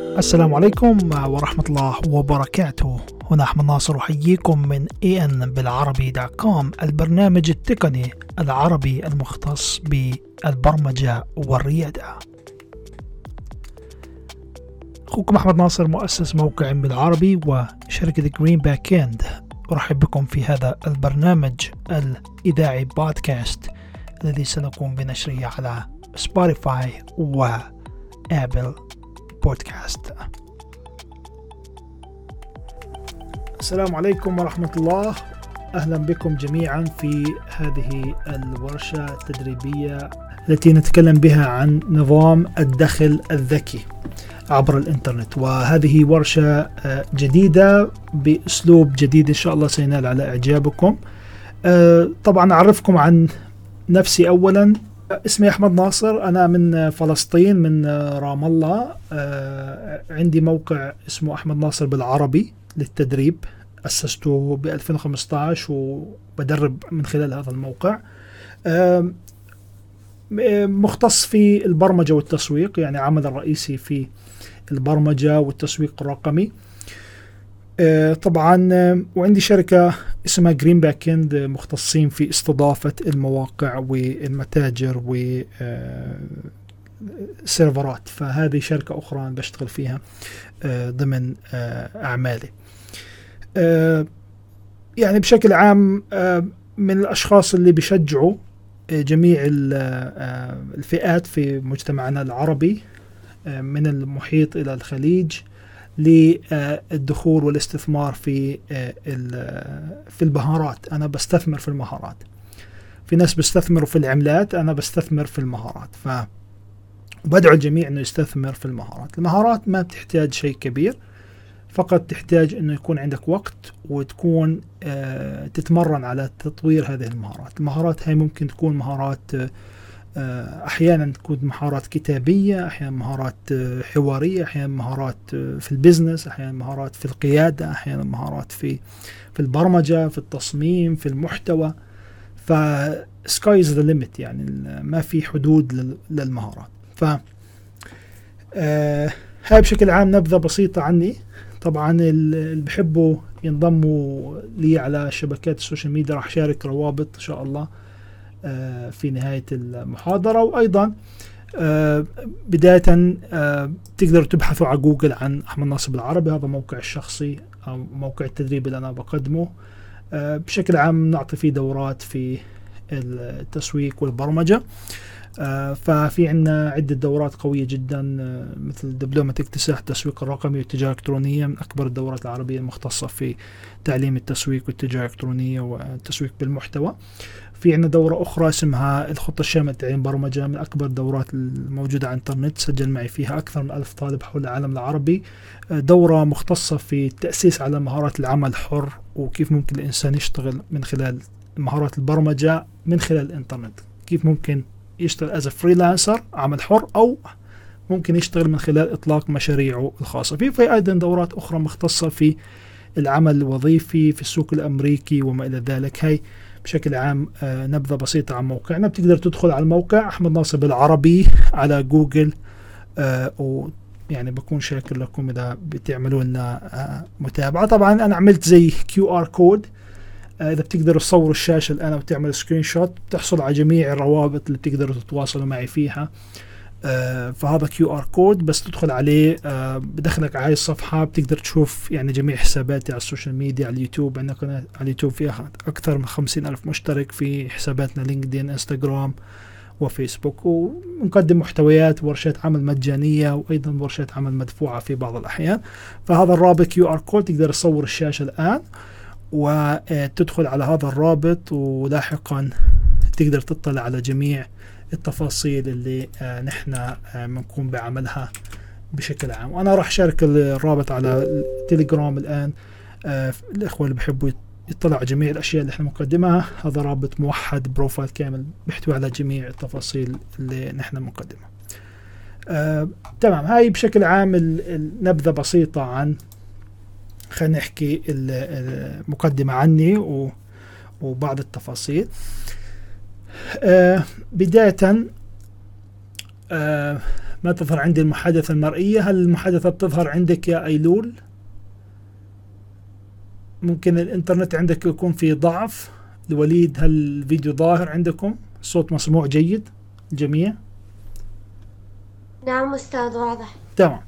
السلام عليكم ورحمة الله وبركاته. هنا أحمد ناصر أحييكم من enbilarabi.com، البرنامج التقني العربي المختص بالبرمجة والريادة. أخوكم أحمد ناصر، مؤسس موقع بالعربي وشركة جرين باك إند. أرحب بكم في هذا البرنامج الإذاعي بودكاست الذي سنقوم بنشره على سبوتيفاي وآبل بودكاست. السلام عليكم ورحمة الله، أهلا بكم جميعا في هذه الورشة التدريبية التي نتكلم بها عن نظام الدخل الذكي عبر الإنترنت. وهذه ورشة جديدة بأسلوب جديد إن شاء الله سينال على إعجابكم. طبعا أعرفكم عن نفسي أولا. اسمي أحمد ناصر، أنا من فلسطين، من رام الله. عندي موقع اسمه أحمد ناصر بالعربي للتدريب، أسسته ب 2015 وبدرب من خلال هذا الموقع. مختص في البرمجة والتسويق، يعني عمل الرئيسي في البرمجة والتسويق الرقمي. طبعا وعندي شركة اسمها جرين باك إند، مختصين في استضافة المواقع والمتاجر والسيرفرات، فهذه شركة أخرى أنا بشتغل فيها ضمن أعمالي. يعني بشكل عام من الأشخاص اللي بيشجعوا جميع الفئات في مجتمعنا العربي من المحيط إلى الخليج للدخول والاستثمار في المهارات. أنا بستثمر في المهارات. في ناس بيستثمروا في العملات، أنا بستثمر في المهارات. وبدعو الجميع أنه يستثمر في المهارات. المهارات ما بتحتاج شيء كبير، فقط تحتاج أنه يكون عندك وقت وتكون تتمرن على تطوير هذه المهارات. المهارات هاي ممكن تكون مهارات أحيانا تكون مهارات كتابية، أحيانا مهارات حوارية، أحيانا مهارات في البزنس، أحيانا مهارات في القيادة، أحيانا مهارات في البرمجة، في التصميم، في المحتوى. sky is the limit، يعني ما في حدود للمهارات. هاي بشكل عام نبذة بسيطة عني. طبعا اللي بحبوا ينضموا لي على شبكات السوشيال ميديا راح شارك روابط إن شاء الله في نهاية المحاضرة. وأيضا بداية تقدروا تبحثوا على جوجل عن أحمد ناصر بالعربي، هذا موقع الشخصي أو موقع التدريب اللي أنا بقدمه. بشكل عام نعطي فيه دورات في التسويق والبرمجة. ففي عنا عدة دورات قوية جدا، مثل دبلومة اكتساح التسويق الرقمي والتجارة الإلكترونية، من أكبر الدورات العربية المختصة في تعليم التسويق والتجارة الإلكترونية والتسويق بالمحتوى. في عنا دورة أخرى اسمها الخطة الشاملة لتعليم برمجة، من أكبر الدورات الموجودة على الإنترنت، سجل معي فيها أكثر من 1000 طالب حول العالم العربي. دورة مختصة في التأسيس على مهارات العمل الحر، وكيف ممكن الإنسان يشتغل من خلال مهارات البرمجة من خلال الإنترنت، كيف ممكن يشتغل as a freelancer عمل حر، أو ممكن يشتغل من خلال إطلاق مشاريعه الخاصة. في أيضا دورات أخرى مختصة في العمل الوظيفي في السوق الأمريكي وما إلى ذلك. هاي بشكل عام نبذة بسيطة عن موقعنا. بتقدر تدخل على الموقع أحمد ناصر بالعربي على جوجل، ويعني بكون شاكر لكم إذا بتعملوا لنا متابعة. طبعا أنا عملت زي QR كود، إذا بتقدروا تصوروا الشاشة الآن وتعمل سكرين شوت بتحصل على جميع الروابط اللي بتقدروا تتواصلوا معي فيها. فهذا QR كود، بس تدخل عليه بدخلك على هاي الصفحة. بتقدر تشوف يعني جميع حساباتي على السوشيال ميديا، على اليوتيوب. عندنا قناة على اليوتيوب فيها أكثر من 50,000 مشترك، في حساباتنا لينكدين، انستغرام وفيسبوك. ونقدم محتويات ورشات عمل مجانية، وأيضا ورشات عمل مدفوعة في بعض الأحيان. فهذا الرابط QR كود، تقدر تصور الشاشة الآن وتدخل على هذا الرابط، ولاحقا تقدر تطلع على جميع التفاصيل اللي نحن بنقوم بعملها بشكل عام. وأنا راح شارك الرابط على التليجرام الآن. الإخوة اللي بيحبوا يطلعوا جميع الأشياء اللي احنا مقدمها، هذا رابط موحد بروفايل كامل بيحتوي على جميع التفاصيل اللي نحن مقدمها. تمام، هاي بشكل عام النبذة بسيطة عن، خلينا نحكي المقدمة عني وبعض التفاصيل. بداية ما تظهر عندي المحادثة المرئية. هل المحادثة بتظهر عندك يا أيلول؟ ممكن الإنترنت عندك يكون في ضعف. الوليد، هل الفيديو ظاهر عندكم؟ الصوت مسموع جيد الجميع؟ نعم أستاذ، واضح. تمام.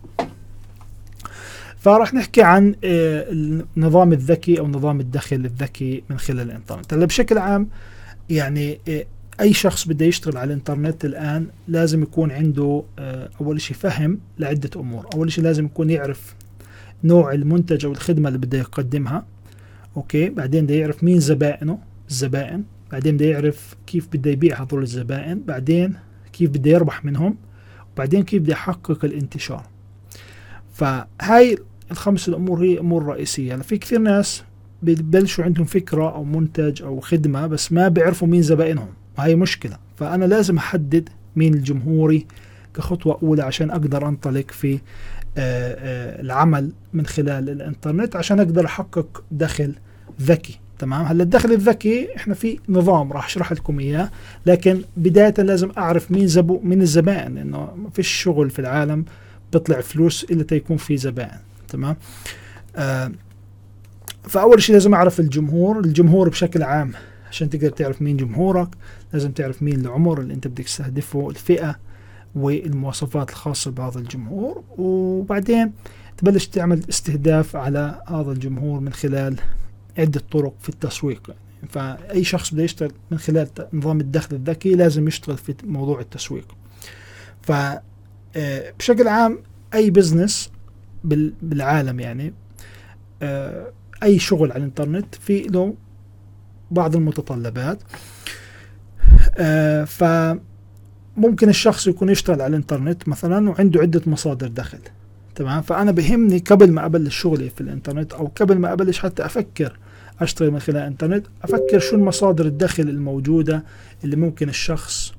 فراح نحكي عن النظام الذكي أو نظام الدخل الذكي من خلال الإنترنت. هلا بشكل عام يعني أي شخص بده يشتغل على الإنترنت الآن لازم يكون عنده أول شيء فهم لعدة أمور. أول شيء لازم يكون يعرف نوع المنتج أو الخدمة اللي بده يقدمها. أوكي، بعدين بده يعرف مين زبائنه، الزبائن. بعدين بده يعرف كيف بده يبيع هذول الزبائن. بعدين كيف بده يربح منهم. وبعدين كيف بده يحقق الانتشار. فهاي الخمس الأمور هي أمور رئيسية. في كثير ناس بيبلشوا عندهم فكرة أو منتج أو خدمة بس ما بيعرفوا مين زبائنهم، وهي مشكلة. فأنا لازم أحدد مين الجمهوري كخطوة أولى عشان أقدر أنطلق في العمل من خلال الإنترنت عشان أقدر أحقق دخل ذكي. تمام. هلا الدخل الذكي احنا في نظام راح اشرح لكم اياه، لكن بداية لازم اعرف مين الزبائن، لانه ما فيش شغل في العالم بيطلع فلوس الا تيكون في زبائن. تمام. فاول شيء لازم اعرف الجمهور بشكل عام. عشان تقدر تعرف مين جمهورك لازم تعرف مين العمر اللي انت بدك تستهدفه، الفئة والمواصفات الخاصة بهذا الجمهور، وبعدين تبلش تعمل استهداف على هذا الجمهور من خلال عدة طرق في التسويق. فأي شخص بده يشتغل من خلال نظام الدخل الذكي لازم يشتغل في موضوع التسويق. فبشكل عام أي بزنس بالعالم يعني أي شغل على الإنترنت في له بعض المتطلبات. فممكن الشخص يكون يشتغل على الإنترنت مثلا وعنده عدة مصادر دخل. تمام. فأنا بهمني قبل ما أبلش شغلي في الإنترنت أو قبل ما أبلش حتى أفكر أشتغل من خلال الإنترنت أفكر شو المصادر الدخل الموجودة اللي ممكن الشخص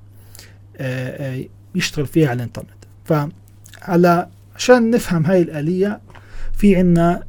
يشتغل فيها على الإنترنت. فعلى عشان نفهم هاي الآلية في عنا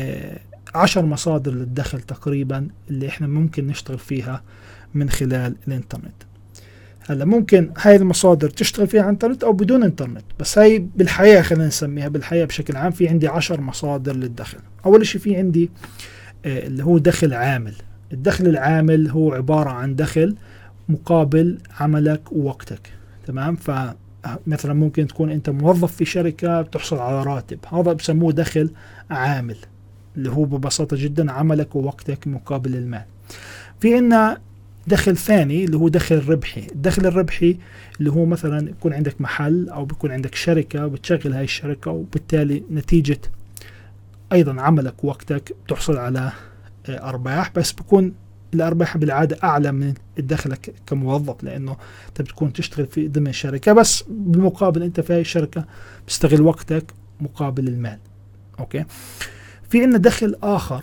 10 مصادر للدخل تقريبا اللي إحنا ممكن نشتغل فيها من خلال الإنترنت. هلا ممكن هاي المصادر تشتغل فيها عن انترنت او بدون انترنت، بس هاي بالحياة خلينا نسميها بالحياة بشكل عام. في عندي 10 مصادر للدخل. اول شيء في عندي اللي هو دخل عامل. الدخل العامل هو عبارة عن دخل مقابل عملك ووقتك. تمام. فمثلا ممكن تكون انت موظف في شركة بتحصل على راتب، هذا بسموه دخل عامل اللي هو ببساطة جدا عملك ووقتك مقابل المال. في عندنا دخل ثاني اللي هو دخل ربحي. الدخل الربحي اللي هو مثلا يكون عندك محل أو بيكون عندك شركة وبتشغل هاي الشركة، وبالتالي نتيجة أيضا عملك ووقتك بتحصل على أرباح، بس بيكون الأرباح بالعادة أعلى من دخلك كموظف، لأنه أنت بتكون تشتغل في ضمن شركة بس بالمقابل أنت في هاي الشركة بتستغل وقتك مقابل المال. أوكي. في عندنا دخل آخر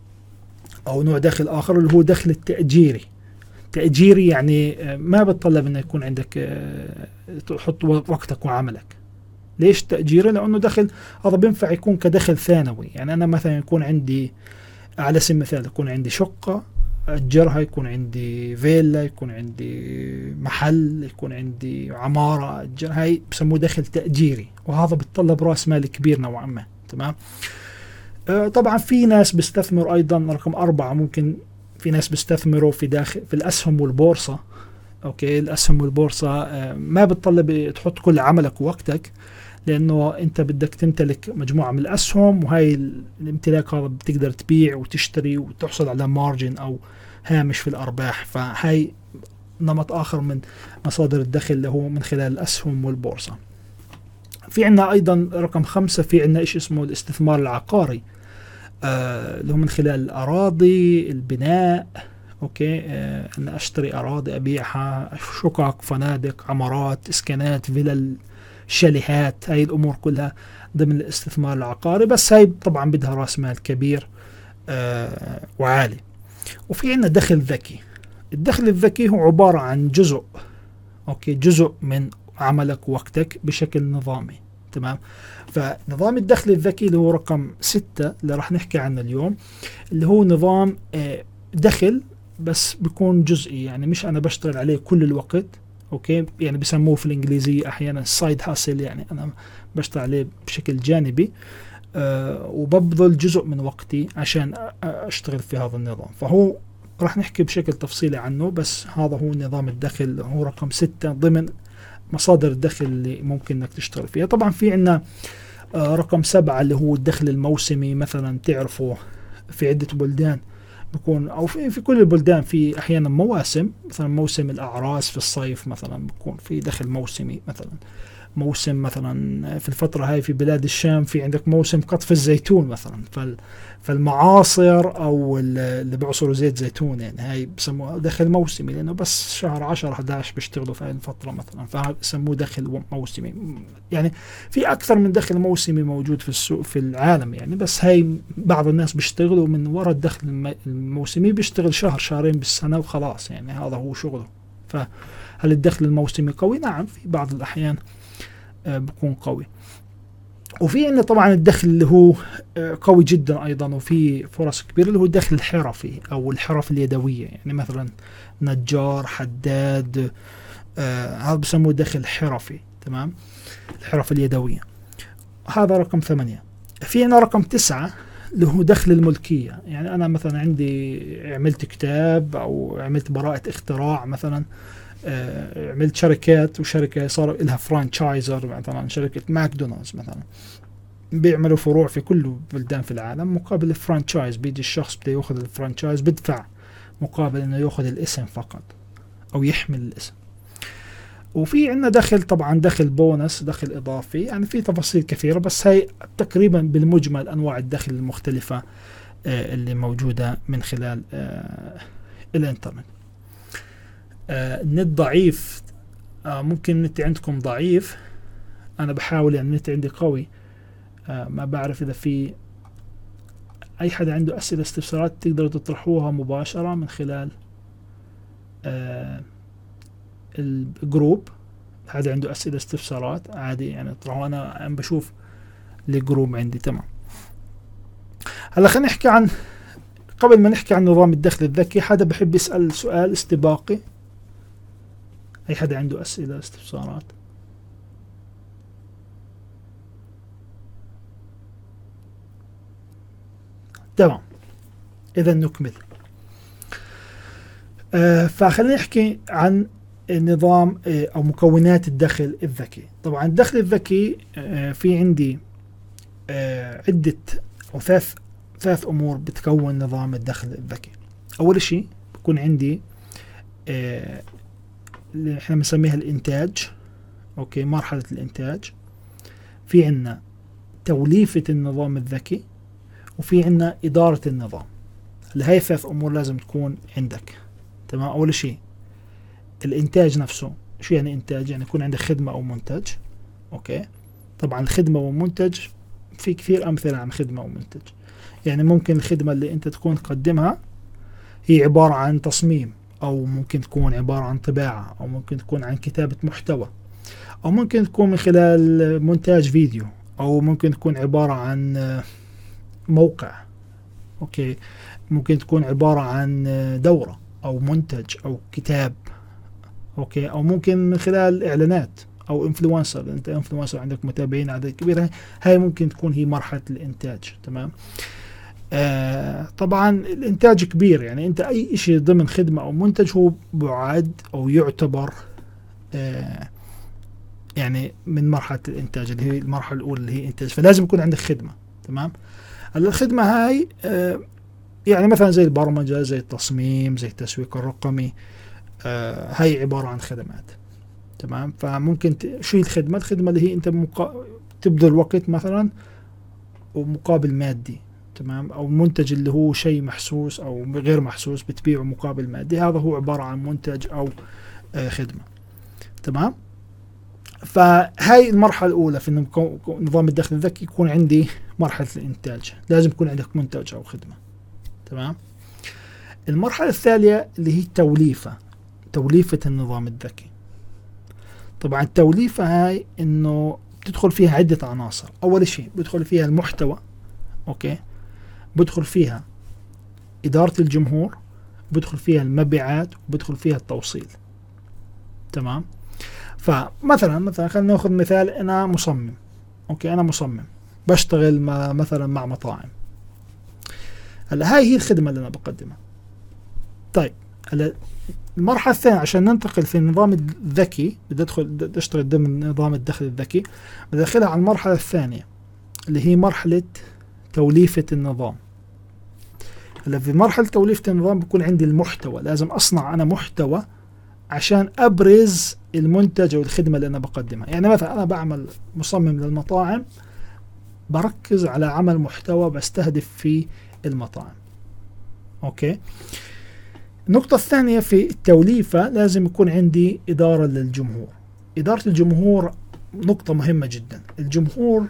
أو نوع دخل آخر اللي هو دخل التأجيري. تأجيري يعني ما بتطلب انه يكون عندك تحط وقتك وعملك. ليش تأجيري؟ لأنه دخل هذا بينفع يكون كدخل ثانوي. يعني أنا مثلا يكون عندي على سبيل المثال يكون عندي شقة أجرها، يكون عندي فيلا، يكون عندي محل، يكون عندي عمارة أجرها، هاي بسموه دخل تأجيري، وهذا بتطلب رأس مال كبير نوعا ما. تمام. طبعا في ناس بيستثمر أيضا رقم 4 ممكن في ناس بيستثمروا في الأسهم والبورصة. أوكي. الأسهم والبورصة ما بتطلب تحط كل عملك ووقتك، لأنه أنت بدك تمتلك مجموعة من الأسهم، وهاي الامتلاك هذا بتقدر تبيع وتشتري وتحصل على مارجن أو هامش في الأرباح. فهاي نمط آخر من مصادر الدخل اللي هو من خلال الأسهم والبورصة. في عنا أيضا رقم 5 في عنا إيش اسمه الاستثمار العقاري اللي هو من خلال الأراضي، البناء. أوكي. أنا أشتري أراضي أبيعها، شقق، فنادق، عمارات، إسكانات، فيلل، شاليهات، هاي الأمور كلها ضمن الاستثمار العقاري، بس هاي طبعا بدها رأس مال كبير وعالي. وفي عندنا دخل ذكي. الدخل الذكي هو عبارة عن جزء، أوكي، جزء من عملك ووقتك بشكل نظامي. تمام. فنظام الدخل الذكي اللي هو رقم 6 اللي راح نحكي عنه اليوم، اللي هو نظام دخل بس بيكون جزئي. يعني مش أنا بشتغل عليه كل الوقت، اوكي، يعني بسموه في الانجليزية احيانا سايد هاسل، يعني انا بشتغل عليه بشكل جانبي، وببذل جزء من وقتي عشان اشتغل في هذا النظام. فهو راح نحكي بشكل تفصيلي عنه، بس هذا هو نظام الدخل، هو رقم 6 ضمن مصادر الدخل اللي ممكن انك تشتغل فيها. طبعا في عندنا رقم 7 اللي هو الدخل الموسمي. مثلا تعرفوا في عدة بلدان بكون، او في كل البلدان في احيانا مواسم، مثلا موسم الاعراس في الصيف مثلا بكون في دخل موسمي. مثلا موسم مثلا في الفترة هاي في بلاد الشام في عندك موسم قطف الزيتون مثلا، فالمعاصر او اللي بيعصروا زيت زيتون، يعني هاي بسموها دخل موسمي، لانه بس شهر 10 11 بيشتغلوا في هاي الفترة مثلا، فبسموه دخل موسمي. يعني في اكثر من دخل موسمي موجود في السوق في العالم يعني، بس هاي بعض الناس بيشتغلوا من وراء الدخل الموسمي، بيشتغل شهر شهرين بالسنة وخلاص، يعني هذا هو شغله. فهل الدخل الموسمي قوي؟ نعم، في بعض الأحيان بكون قوي. وفي عندنا طبعا الدخل اللي هو قوي جدا أيضا، وفي فرص كبيرة، اللي هو الدخل الحرفي أو الحرف اليدوية. يعني مثلا نجار، حداد، هذا بسموه دخل حرفي. تمام، الحرف اليدوية. هذا رقم 8. في عندنا رقم 9 اللي هو دخل الملكية. يعني أنا مثلا عندي عملت كتاب أو عملت براءة اختراع مثلا، عملت شركات، وشركة صار لها فرانشايزر، مثلا شركة ماكدونالدز مثلا بيعملوا فروع في كل بلدان في العالم. مقابل الفرانشايز بيجي الشخص بده ياخذ الفرانشايز، بدفع مقابل انه ياخذ الاسم فقط او يحمل الاسم. وفي عندنا دخل طبعا دخل بونس، دخل اضافي، يعني في تفاصيل كثيرة، بس هي تقريبا بالمجمل انواع الدخل المختلفة اللي موجودة من خلال الانترنت. النت ضعيف، ممكن النت عندكم ضعيف، انا بحاول، يعني النت عندي قوي. ما بعرف اذا في اي حدا عنده اسئله استفسارات تقدروا تطرحوها مباشره من خلال الجروب. حدا عنده اسئله استفسارات عادي يعني اطرحوها، انا عم بشوف الجروب عندي. تمام، هلا خلينا نحكي عن، قبل ما نحكي عن نظام الدخل الذكي، حدا بحب يسال سؤال استباقي؟ اي حدا عنده اسئله استفسارات؟ تمام، إذا نكمل. فخلينا نحكي عن نظام أو مكونات الدخل الذكي. طبعا الدخل الذكي في عندي عدة أو ثلاث أمور بتكون نظام الدخل الذكي. أول شيء بكون عندي اللي احنا بنسميها الإنتاج. أوكي، مرحلة الإنتاج. في عنا توليفة النظام الذكي، وفي عنا إدارة النظام. هاي ثلاث أمور لازم تكون عندك. تمام، أول شيء الإنتاج نفسه. شو يعني إنتاج؟ يعني يكون عندك خدمة أو منتج. أوكي، طبعا الخدمة والمنتج في كثير أمثلة عن خدمة ومنتج. يعني ممكن الخدمة اللي أنت تكون تقدمها هي عبارة عن تصميم، أو ممكن تكون عبارة عن طباعة، أو ممكن تكون عن كتابة محتوى، أو ممكن تكون من خلال مونتاج فيديو، أو ممكن تكون عبارة عن موقع. أوكي، ممكن تكون عبارة عن دورة أو منتج أو كتاب. أوكي، أو ممكن من خلال إعلانات أو إنفلونسر. أنت إنفلونسر عندك متابعين عدد كبير، هاي ممكن تكون هي مرحلة الإنتاج. تمام. طبعا الإنتاج كبير، يعني أنت أي شيء ضمن خدمة أو منتج هو بعد أو يعتبر يعني من مرحلة الإنتاج، اللي هي المرحلة الأولى اللي هي إنتاج. فلازم يكون عندك خدمة. تمام. الخدمة هاي يعني مثلا زي البرمجة، زي التصميم، زي التسويق الرقمي، هاي عبارة عن خدمات. تمام. فممكن شو الخدمة؟ الخدمة اللي هي أنت تبذل وقت مثلا ومقابل مادي. تمام. أو المنتج اللي هو شيء محسوس أو غير محسوس بتبيعه مقابل مادي، هذا هو عبارة عن منتج أو خدمة. تمام. فهاي المرحلة الأولى في نظام الدخل الذكي، يكون عندي مرحلة الإنتاج، لازم يكون عندك منتج أو خدمة. تمام. المرحلة الثانية اللي هي توليفة النظام الذكي. طبعا التوليفة هاي إنه بتدخل فيها عدة عناصر. أول شيء بدخل فيها المحتوى. أوكي، بدخل فيها إدارة الجمهور، بدخل فيها المبيعات، وبدخل فيها التوصيل. تمام. فمثلا خلينا ناخذ مثال، انا مصمم. اوكي، انا مصمم بشتغل مثلا مع مطاعم. هلا هاي هي الخدمة اللي انا بقدمها. طيب هلا المرحلة الثانية عشان ننتقل في النظام الذكي، بدي اشتغل ضمن نظام الدخل الذكي، بدي ادخلها على المرحلة الثانية اللي هي مرحلة توليفة النظام. هلا في مرحلة توليفة النظام بكون عندي المحتوى، لازم اصنع انا محتوى عشان ابرز المنتج او الخدمة اللي انا بقدمها. يعني مثلا انا بعمل مصمم للمطاعم، بركز على عمل محتوى بستهدف فيه المطاعم. اوكي. النقطة الثانية في التوليفة، لازم يكون عندي إدارة للجمهور. إدارة الجمهور نقطة مهمة جدا. الجمهور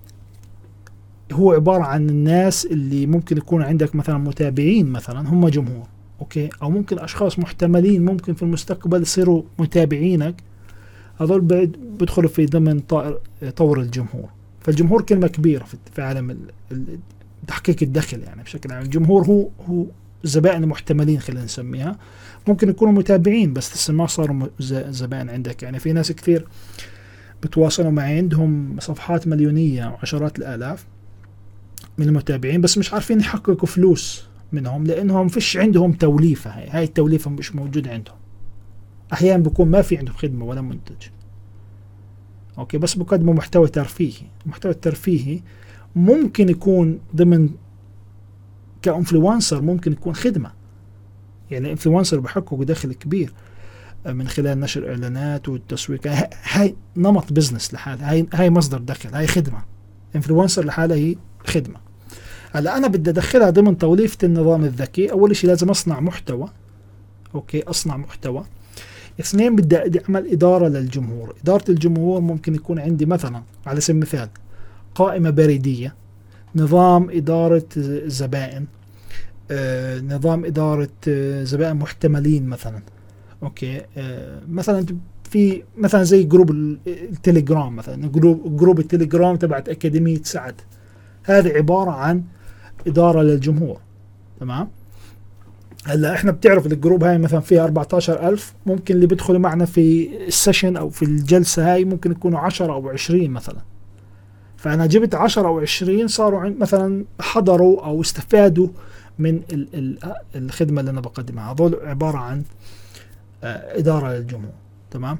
هو عبارة عن الناس اللي ممكن يكون عندك مثلا متابعين مثلا هم جمهور. اوكي، او ممكن اشخاص محتملين ممكن في المستقبل يصيروا متابعينك، هذول بيدخلوا في ضمن طور الجمهور. فالجمهور كلمة كبيرة في عالم تحقيق الدخل يعني بشكل عام. الجمهور هو الزبائن المحتملين، خلينا نسميها. ممكن يكونوا متابعين بس لسه ما صاروا زبائن عندك. يعني في ناس كثير بتواصلوا معي عندهم صفحات مليونية وعشرات الآلاف من المتابعين، بس مش عارفين يحققوا فلوس منهم لأنهم فيش عندهم توليفة. هاي التوليفة مش موجودة عندهم. أحيانا بيكون ما في عندهم خدمة ولا منتج. أوكي، بس بقدموا محتوى ترفيهي. المحتوى الترفيهي ممكن يكون ضمن كإنفلونسر، ممكن يكون خدمة. يعني انفلونسر بحققوا دخل كبير من خلال نشر إعلانات والتسويق. هاي نمط بزنس لحالها، هاي مصدر دخل، هاي خدمة. انفلونسر لحالها هي خدمة. هلا أنا بدي أدخلها ضمن توليفة النظام الذكي. أول شيء لازم أصنع محتوى. أوكي، أصنع محتوى. اثنين، بدي أعمل إدارة للجمهور. إدارة الجمهور ممكن يكون عندي مثلا على سبيل المثال قائمة بريدية، نظام إدارة زبائن، نظام إدارة زبائن محتملين مثلا. أوكي، مثلا في مثلا زي جروب التليجرام مثلا، جروب التليجرام تبعت أكاديمية سعد. هذه عبارة عن إدارة للجمهور. تمام. هلا احنا بتعرف الجروب هاي مثلا فيها 14,000، ممكن اللي بيدخلوا معنا في السيشن او في الجلسة هاي ممكن يكونوا 10 او 20 مثلا. فانا جبت 10 او 20 صاروا مثلا حضروا او استفادوا من الخدمة اللي انا بقدمها. هذول عبارة عن إدارة للجمهور. تمام.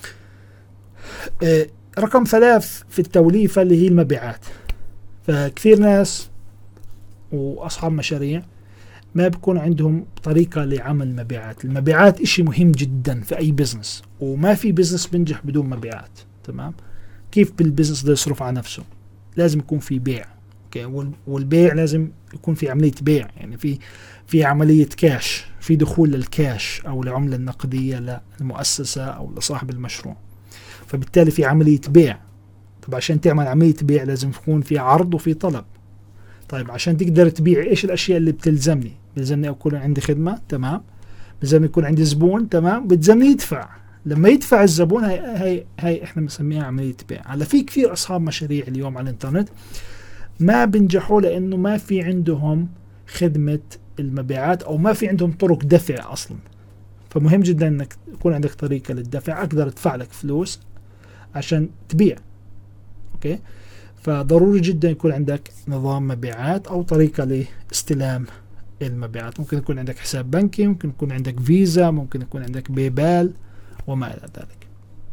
رقم 3 في التوليفة اللي هي المبيعات. فكثير ناس واصحاب مشاريع ما بيكون عندهم طريقة لعمل مبيعات. المبيعات اشي مهم جدا في اي بزنس، وما في بزنس بنجح بدون مبيعات. تمام. كيف بالبزنس ده يصرف على نفسه؟ لازم يكون في بيع. اوكي، والبيع لازم يكون في عملية بيع، يعني في عملية كاش، في دخول للكاش او العملة النقدية للمؤسسة او لصاحب المشروع. فبالتالي في عملية بيع. طب عشان تعمل عملية بيع لازم يكون في عرض وفي طلب. طيب عشان تقدر تبيع، ايش الاشياء اللي بتلزمني؟ بلزمني اكون عندي خدمة. تمام. بلزمني يكون عندي زبون. تمام. بتلزمني يدفع. لما يدفع الزبون، هاي احنا بنسميها عملية بيع. هلا في كثير اصحاب مشاريع اليوم على الانترنت ما بنجحوا لانه ما في عندهم خدمة المبيعات او ما في عندهم طرق دفع اصلا. فمهم جدا انك يكون عندك طريقة للدفع، اقدر ادفع لك فلوس عشان تبيع. اوكي، فضروري جدا يكون عندك نظام مبيعات او طريقة لاستلام المبيعات. ممكن يكون عندك حساب بنكي، ممكن يكون عندك فيزا، ممكن يكون عندك بايبال وما الى ذلك.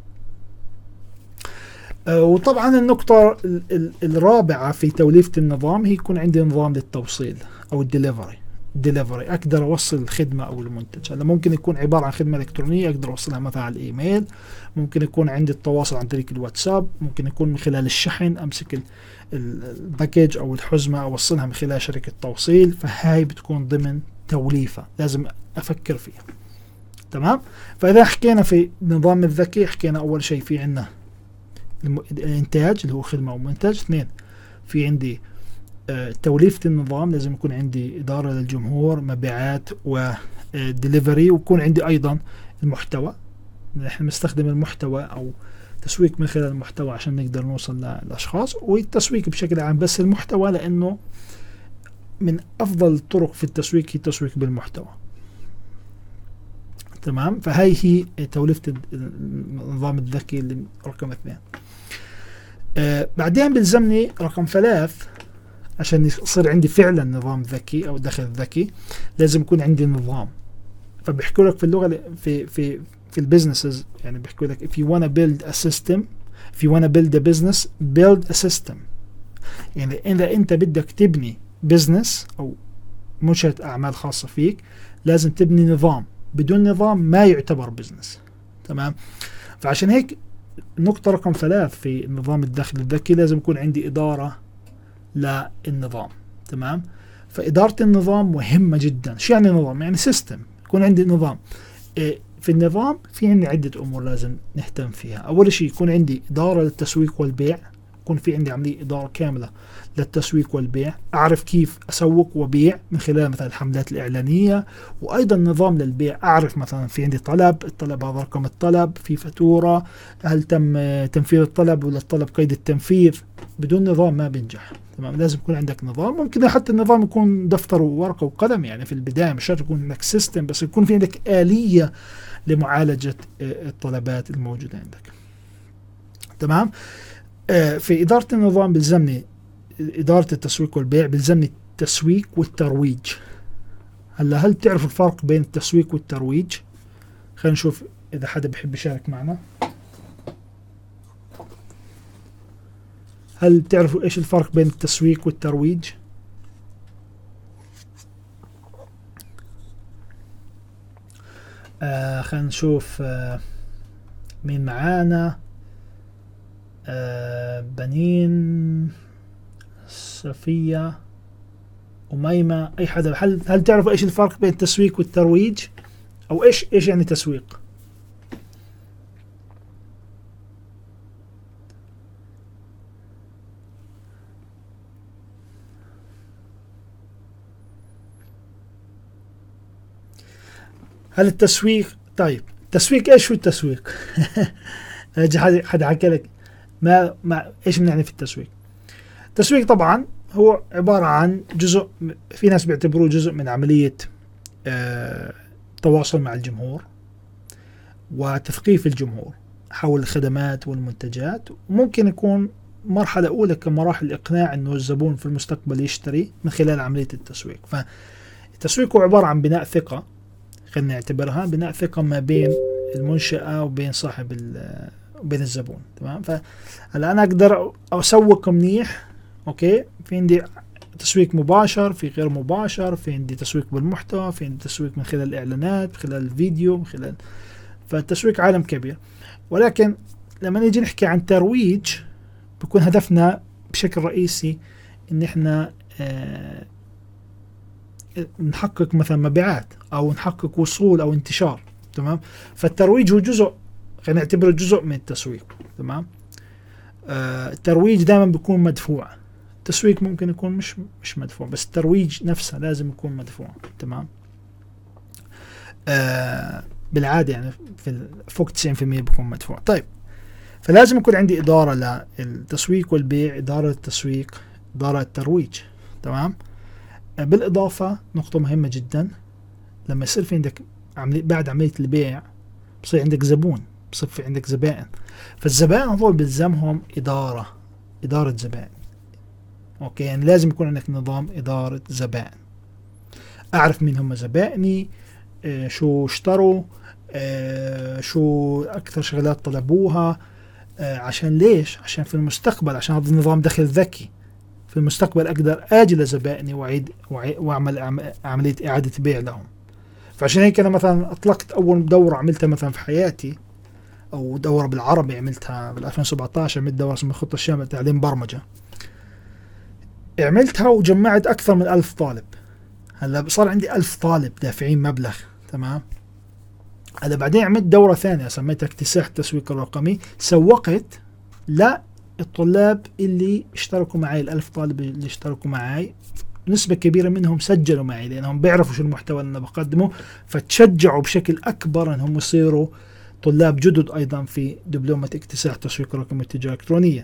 وطبعا النقطة الرابعة في توليفة النظام هي يكون عندي نظام للتوصيل او الدليفري. اقدر اوصل الخدمة او المنتج. هلا ممكن يكون عبارة عن خدمة الكترونية اقدر اوصلها مثلا على الايميل، ممكن يكون عندي التواصل عن طريق الواتساب، ممكن يكون من خلال الشحن، امسك الباكيج او الحزمة اوصلها من خلال شركة توصيل. فهاي بتكون ضمن توليفة لازم افكر فيها. تمام. فاذا حكينا في النظام الذكي، حكينا اول شيء في عندنا الانتاج اللي هو خدمة او منتج. 2، في عندي توليفة النظام، لازم يكون عندي إدارة للجمهور، مبيعات ودليفري، ويكون عندي أيضا المحتوى. نحن نستخدم المحتوى أو تسويق من خلال المحتوى عشان نقدر نوصل للأشخاص، والتسويق بشكل عام. بس المحتوى لأنه من أفضل الطرق في التسويق هي التسويق بالمحتوى. تمام. فهي هي توليفة النظام الذكي اللي رقم 2. بعدين بلزمني رقم 3 عشان يصير عندي فعلا نظام ذكي او دخل ذكي، لازم يكون عندي نظام. فبيحكوا لك في اللغة في البيزنسز، يعني بيحكوا لك if you wanna build a system, if you wanna build a business, build a system. يعني إذا أنت بدك تبني بيزنس أو منشأة أعمال خاصة فيك، لازم تبني نظام. بدون نظام ما يعتبر بيزنس. تمام. فعشان هيك نقطة رقم 3 في النظام الداخلي الذكي، لازم يكون عندي إدارة للنظام. تمام. فإدارة النظام مهمة جدا. شو يعني نظام؟ يعني سيستم، يكون عندي نظام. في النظام في عندي عدة أمور لازم نهتم فيها. أول شيء يكون عندي إدارة للتسويق والبيع، يكون في عندي عملية إدارة كاملة للتسويق والبيع، أعرف كيف أسوق وبيع من خلال مثلا الحملات الإعلانية، وأيضا نظام للبيع. أعرف مثلا في عندي الطلب هذا رقم الطلب، في فاتورة، هل تم تنفيذ الطلب ولا الطلب قيد التنفيذ. بدون نظام ما بينجح. تمام. لازم يكون عندك نظام. ممكن حتى النظام يكون دفتر وورقة وقلم، يعني في البداية مش شرط يكون عندك سيستم، بس يكون في عندك آلية لمعالجة الطلبات الموجودة عندك. تمام. في إدارة النظام بلزمني إدارة التسويق والبيع، بلزمني التسويق والترويج. هل تعرف الفرق بين التسويق والترويج؟ خلينا نشوف إذا حدا بيحب يشارك معنا. هل تعرفوا إيش الفرق بين التسويق والترويج؟ خلينا نشوف مين معانا. بنين، صفية، أميمة، أي حدا. هل تعرفوا إيش الفرق بين التسويق والترويج؟ أو إيش يعني تسويق؟ هل التسويق، طيب التسويق إيش هو التسويق؟ حدا حكى لك ما إيش بنعني في التسويق؟ التسويق طبعا هو عبارة عن جزء، في ناس بيعتبروه جزء من عملية تواصل مع الجمهور وتثقيف الجمهور حول الخدمات والمنتجات. وممكن يكون مرحلة أولى كمراحل الإقناع أنه الزبون في المستقبل يشتري من خلال عملية التسويق. فالتسويق هو عبارة عن بناء ثقة، خلينا نعتبرها بناء ثقة ما بين المنشأة وبين صاحب وبين الزبون. تمام. فهلا أنا أقدر أسوق منيح، أوكي، في عندي تسويق مباشر، في غير مباشر، في عندي تسويق بالمحتوى، في عندي تسويق من خلال الإعلانات، من خلال الفيديو، من خلال، فالتسويق عالم كبير. ولكن لما نيجي نحكي عن ترويج، بيكون هدفنا بشكل رئيسي إن إحنا نحقق مثلا مبيعات أو نحقق وصول أو انتشار. تمام. فالترويج هو جزء، خلينا نعتبره جزء من التسويق. تمام. الترويج دائما بيكون مدفوع، التسويق ممكن يكون مش مدفوع، بس الترويج نفسه لازم يكون مدفوع. تمام. بالعادة يعني في فوق 90% بيكون مدفوع. طيب، فلازم يكون عندي إدارة للتسويق والبيع، إدارة التسويق، إدارة الترويج. تمام. بالإضافة نقطة مهمة جدا، لما يصير في عندك بعد عملية البيع بصير عندك زبون، بصير في عندك زبائن. فالزبائن هذول بيلزمهم إدارة زبائن. أوكي، يعني لازم يكون عندك نظام إدارة زبائن. أعرف مين هم زبائني، شو اشتروا، شو أكثر شغلات طلبوها، عشان ليش؟ عشان في المستقبل، عشان هذا النظام دخل ذكي، في المستقبل أقدر آجي لزبائني وأعمل عملية إعادة بيع لهم. فعشان هيك أنا مثلا أطلقت أول دورة عملتها مثلا في حياتي، أو دورة بالعربي عملتها بال 2017، عملت دورة اسمها خطة شاملة تعليم برمجة. عملتها وجمعت أكثر من 1000 طالب. هلا صار عندي 1000 طالب دافعين مبلغ. تمام. هلا بعدين عملت دورة ثانية سميتها اكتساح التسويق الرقمي، سوقت للطلاب اللي اشتركوا معي، ال1000 طالب اللي اشتركوا معي نسبة كبيرة منهم سجلوا معي لأنهم بيعرفوا شو المحتوى اللي أنا بقدمه، فتشجعوا بشكل أكبر أنهم يصيروا طلاب جدد أيضا في دبلومة اكتساح تسويق رقمي والتجارة الإلكترونية.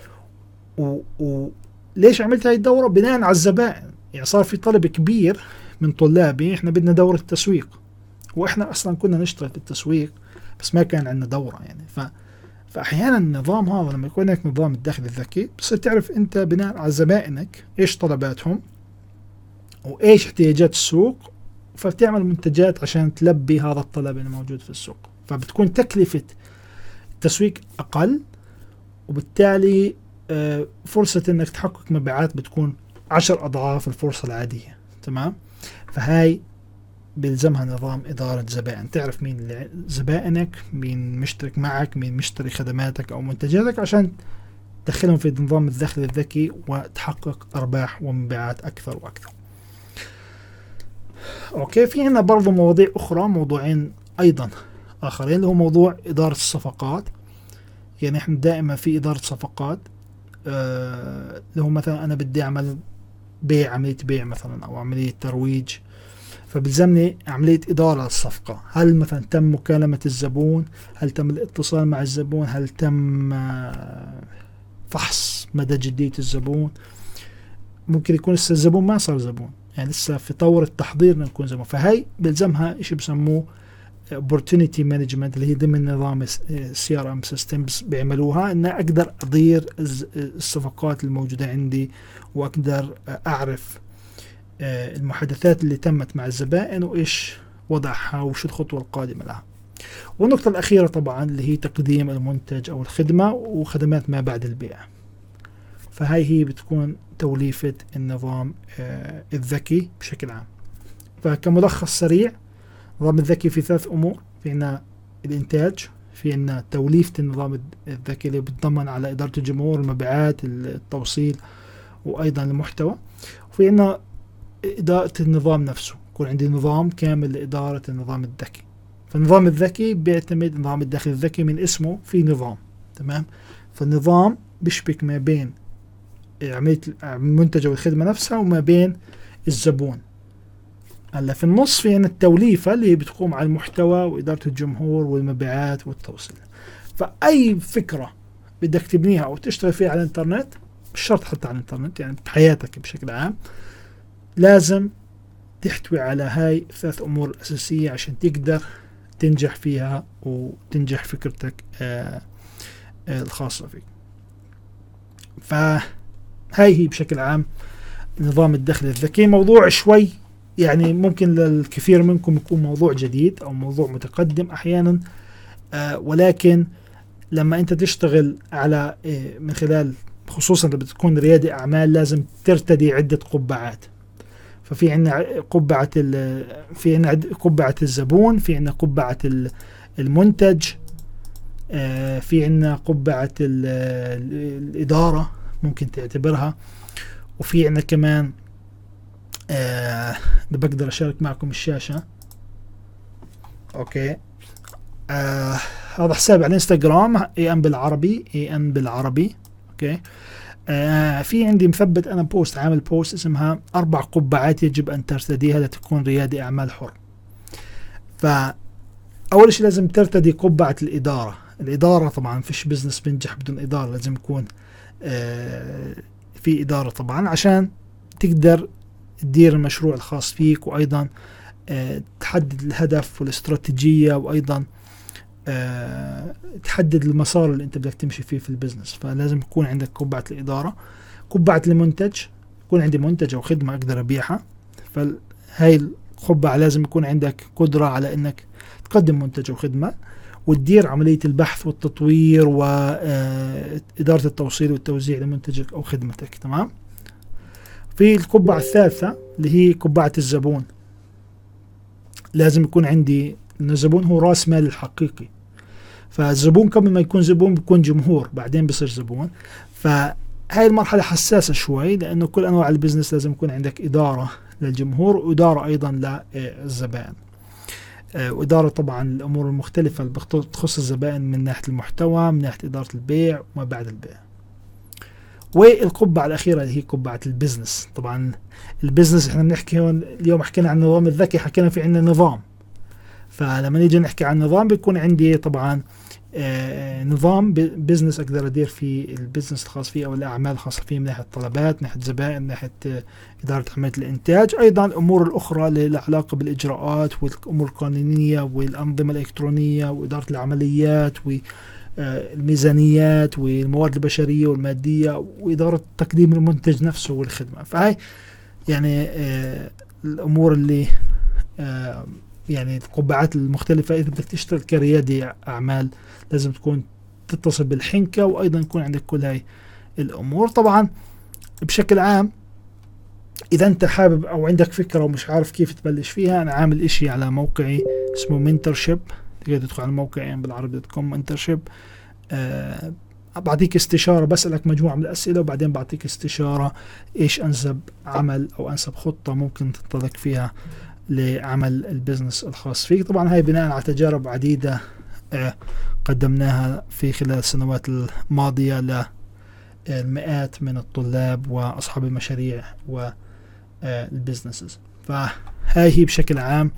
ليش عملت هاي الدورة؟ بناء على الزبائن. يعني صار في طلب كبير من طلابي، احنا بدنا دورة تسويق، وإحنا أصلا كنا نشتغل في التسويق بس ما كان عندنا دورة يعني. فأحيانا النظام هذا لما يكون لك نظام الدخل الذكي بصير تعرف أنت بناء على زبائنك إيش طلباتهم وإيش احتياجات السوق، فبتعمل منتجات عشان تلبي هذا الطلب اللي موجود في السوق، فبتكون تكلفة التسويق أقل، وبالتالي فرصة انك تحقق مبيعات بتكون 10 أضعاف الفرصة العادية. تمام. فهاي بيلزمها نظام إدارة زبائن، تعرف مين زبائنك، مين مشترك معك، مين مشتري خدماتك أو منتجاتك، عشان تدخلهم في نظام الدخل الذكي وتحقق أرباح ومبيعات أكثر وأكثر. أوكي. في هنا برضو مواضيع أخرى، موضوعين أيضا آخرين، اللي هو موضوع إدارة الصفقات. يعني إحنا دائما في إدارة صفقات، اللي هو مثلا أنا بدي أعمل عملية بيع مثلا أو عملية ترويج، فبلزمني عملية إدارة الصفقة. هل مثلا تم مكالمة الزبون، هل تم الاتصال مع الزبون، هل تم فحص مدى جدية الزبون. ممكن يكون لسه الزبون ما صار زبون، يعني لسه في طور التحضير نكون زبون. فهي بلزمها إيش بسموه opportunity management، اللي هي ضمن نظام CRM systems بيعملوها، ان اقدر ادير الصفقات الموجودة عندي، واقدر اعرف المحادثات اللي تمت مع الزبائن وايش وضعها وشو الخطوة القادمة لها. والنقطة الأخيرة طبعا اللي هي تقديم المنتج أو الخدمة وخدمات ما بعد البيع. فهاي هي بتكون توليفة النظام الذكي بشكل عام. فكملخص سريع، النظام الذكي في 3 أمور: في عنا الإنتاج، في عنا توليفة النظام الذكي اللي بتضمن على إدارة الجمهور، المبيعات، التوصيل، وأيضا المحتوى، وفي عنا إدارة النظام نفسه، يكون عندي نظام كامل لإدارة النظام الذكي. فالنظام الذكي بيعتمد، نظام الدخل الذكي من اسمه في نظام. تمام. فالنظام بيشبك ما بين عملية المنتج والخدمة نفسها وما بين الزبون. هلا في النص في عنا التوليفة اللي بتقوم على المحتوى وإدارة الجمهور والمبيعات والتوصيل. فأي فكرة بدك تبنيها أو تشتغل فيها على الإنترنت، مش شرط حتى على الإنترنت، يعني بحياتك بشكل عام، لازم تحتوي على هاي 3 أمور الأساسية عشان تقدر تنجح فيها وتنجح فكرتك الخاصة فيك. فهاي هي بشكل عام نظام الدخل الذكي. موضوع شوي يعني ممكن للكثير منكم يكون موضوع جديد أو موضوع متقدم أحيانا، ولكن لما أنت تشتغل على من خلال، خصوصا لما بتكون ريادي أعمال، لازم ترتدي عدة قبعات. ففي عنا قبعة قبعة الزبون، في عنا قبعة المنتج، في عنا قبعة الإدارة ممكن تعتبرها، وفي عنا كمان بقدر أشارك معكم الشاشة. أوكي. هذا حسابي على الانستغرام AN بالعربي، AN بالعربي. أوكي. في عندي مثبت أنا بوست، عامل بوست اسمها 4 قبعات يجب أن ترتديها لتكون ريادي أعمال حر. فأول شيء لازم ترتدي قبعة الإدارة. الإدارة طبعا فيش بزنس بنجح بدون إدارة، لازم يكون في إدارة طبعا عشان تقدر تدير المشروع الخاص فيك، وأيضا تحدد الهدف والاستراتيجية، وأيضا تحدد المسار اللي انت بدك تمشي فيه في البزنس. فلازم يكون عندك قبعة الإدارة. قبعة المنتج، يكون عندي منتج أو خدمة أقدر أبيعها، فهاي القبعة لازم يكون عندك قدرة على أنك تقدم منتج أو خدمة، وتدير عملية البحث والتطوير وإدارة التوصيل والتوزيع لمنتجك أو خدمتك. تمام. في القبعة الثالثة اللي هي قبعة الزبون. لازم يكون عندي إن الزبون هو رأس مال الحقيقي. فالزبون قبل ما يكون زبون بيكون جمهور، بعدين بيصير زبون. فهاي المرحلة حساسة شوي، لأنه كل أنواع البزنس لازم يكون عندك إدارة للجمهور وإدارة أيضا للزبائن، وإدارة طبعا الأمور المختلفة اللي بتخص الزبائن من ناحية المحتوى، من ناحية إدارة البيع وما بعد البيع. والقبعة الأخيرة اللي هي قبعة البزنس. طبعا البزنس احنا بنحكي هون اليوم، حكينا عن النظام الذكي، حكينا في عندنا نظام. فلما نيجي نحكي عن نظام بيكون عندي طبعا نظام بزنس اقدر ادير فيه البزنس الخاص فيه او الاعمال الخاصه فيه من ناحيه طلبات، من ناحيه زبائن، من ناحيه اداره عمليه الانتاج، ايضا الامور الاخرى اللي لها علاقه بالاجراءات والامور القانونيه والانظمه الالكترونيه واداره العمليات والميزانيات والموارد البشريه والماديه واداره تقديم المنتج نفسه والخدمه. فهي يعني الامور اللي يعني القبعات المختلفة. إذا بدك تشتغل كريادي أعمال لازم تكون تتصل بالحنكة، وأيضا يكون عندك كل هاي الأمور. طبعا بشكل عام إذا أنت حابب أو عندك فكرة ومش عارف كيف تبلش فيها، أنا عامل إشي على موقعي اسمه منتورشيب، تقدر تدخل على الموقع بالعربي.com منتورشيب. بعطيك استشارة، بسألك مجموعة من الأسئلة وبعدين بعطيك استشارة إيش أنسب عمل أو أنسب خطة ممكن تنطلق فيها لعمل البزنس الخاص فيك. طبعا هاي بناء على تجارب عديدة قدمناها في خلال السنوات الماضية للمئات من الطلاب وأصحاب المشاريع والبزنسز. فهاي هي بشكل عام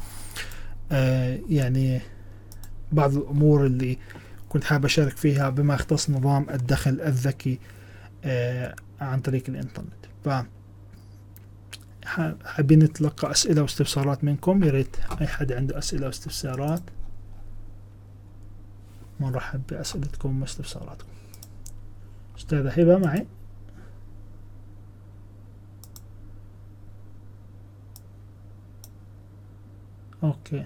يعني بعض الأمور اللي كنت حابب أشارك فيها بما يختص نظام الدخل الذكي عن طريق الإنترنت. حابين نتلقى أسئلة واستفسارات منكم، يا ريت أي حد عنده أسئلة واستفسارات مرحب بأسئلتكم واستفساراتكم. أستاذة هبة معي؟ أوكي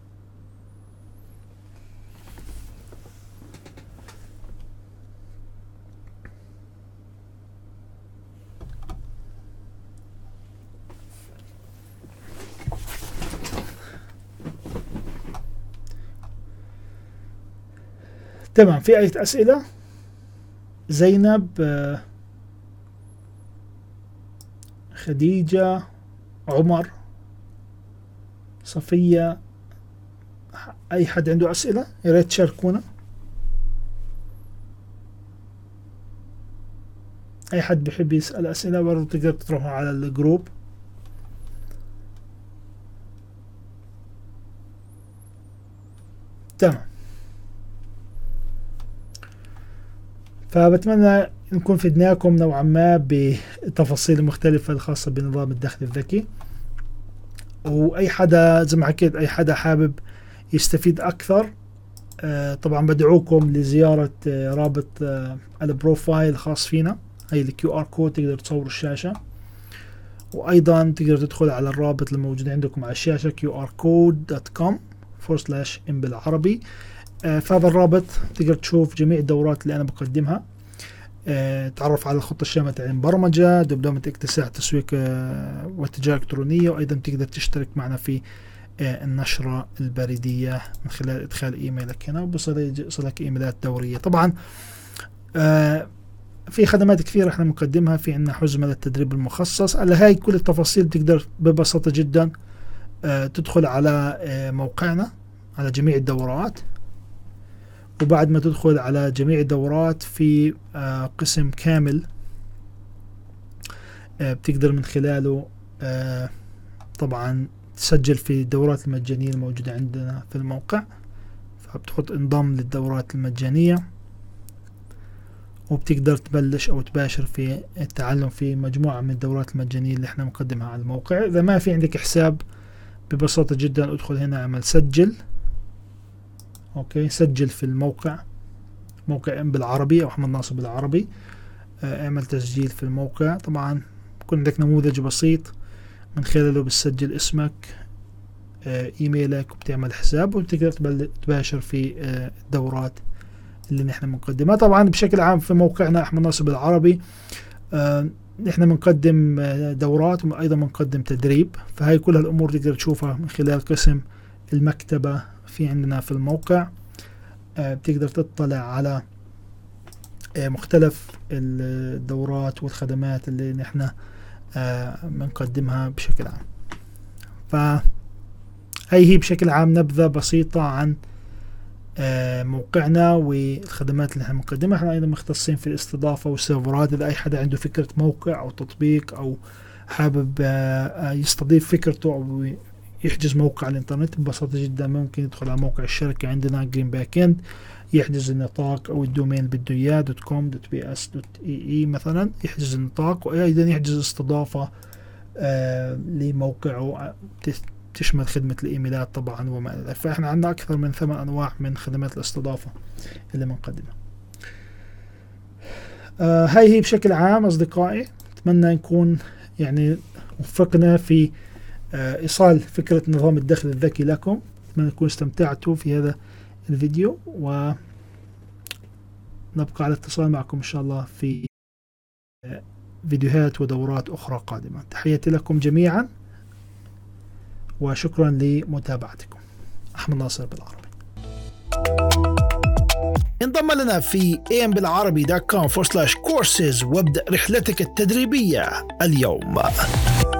تمام. في أي أسئلة؟ زينب، خديجة، عمر، صفية، أي حد عنده أسئلة يا ريت تشاركونا. أي حد بيحب يسأل أسئلة برضو تقدر تروحوا على الجروب. تمام. فبتمنى نكون فدناكم نوعا ما بالتفاصيل المختلفة الخاصة بنظام الدخل الذكي. وأي حدا زي ما حكيت أي حدا حابب يستفيد أكثر طبعا بدعوكم لزيارة رابط البروفايل الخاص فينا، هي الQR كود تقدر تصور الشاشة، وأيضا تقدر تدخل على الرابط الموجود عندكم على الشاشة qrcode.com/in بالعربي. في هذا الرابط تقدر تشوف جميع الدورات اللي أنا بقدمها، تعرف على الخطة الشاملة تعليم برمجة، دبلومة اكتساح تسويق والتجارة الإلكترونية، وأيضا تقدر تشترك معنا في النشرة البريدية من خلال إدخال إيميلك هنا وبصلك إيميلات دورية. طبعا في خدمات كثيرة احنا مقدمها، في عندنا حزمة للتدريب المخصص. على هاي كل التفاصيل تقدر ببساطة جدا تدخل على موقعنا على جميع الدورات، وبعد ما تدخل على جميع الدورات في قسم كامل بتقدر من خلاله طبعا تسجل في الدورات المجانية الموجودة عندنا في الموقع، فبتحط انضم للدورات المجانية وبتقدر تبلش او تباشر في التعلم في مجموعة من الدورات المجانية اللي احنا مقدمها على الموقع. اذا ما في عندك حساب ببساطة جدا ادخل هنا اعمل سجل. اوكي سجل في الموقع، موقع بالعربي او احمد ناصر بالعربي. اعمل تسجيل في الموقع. طبعا يكون عندك نموذج بسيط من خلاله بتسجل اسمك ايميلك وبتعمل حساب وبتقدر تباشر في الدورات اللي نحن بنقدمها. طبعا بشكل عام في موقعنا احمد ناصر بالعربي نحن بنقدم دورات وايضا بنقدم تدريب، فهي كل الامور تقدر تشوفها من خلال قسم المكتبة في عندنا في الموقع. بتقدر تطلع على مختلف الدورات والخدمات اللي نحن بنقدمها بشكل عام. فهي هي بشكل عام نبذة بسيطة عن موقعنا والخدمات اللي احنا بنقدمها. احنا ايضا مختصين في الاستضافة والسيرفرات. اذا اي حدا عنده فكرة موقع او تطبيق او حابب يستضيف فكرته او يحجز موقع الانترنت ببساطة جدا. ممكن يدخل على موقع الشركة عندنا جرين باك اند، يحجز النطاق او الدومين اللي بده اياه .com.bs.ee مثلا، يحجز النطاق، وايضا يحجز استضافة لموقعه تشمل خدمة الايميلات طبعا وما الى ذلك. فاحنا عندنا اكثر من 8 انواع من خدمات الاستضافة اللي بنقدمها. هاي هي بشكل عام أصدقائي. أتمنى نكون يعني وفقنا في إيصال فكرة نظام الدخل الذكي لكم. أتمنى نكون استمتعتوا في هذا الفيديو، ونبقى على اتصال معكم إن شاء الله في فيديوهات ودورات أخرى قادمة. تحياتي لكم جميعا وشكرا لمتابعتكم. أحمد ناصر بالعربي. انضم لنا في ambilarabi.com/courses وابدأ رحلتك التدريبية اليوم.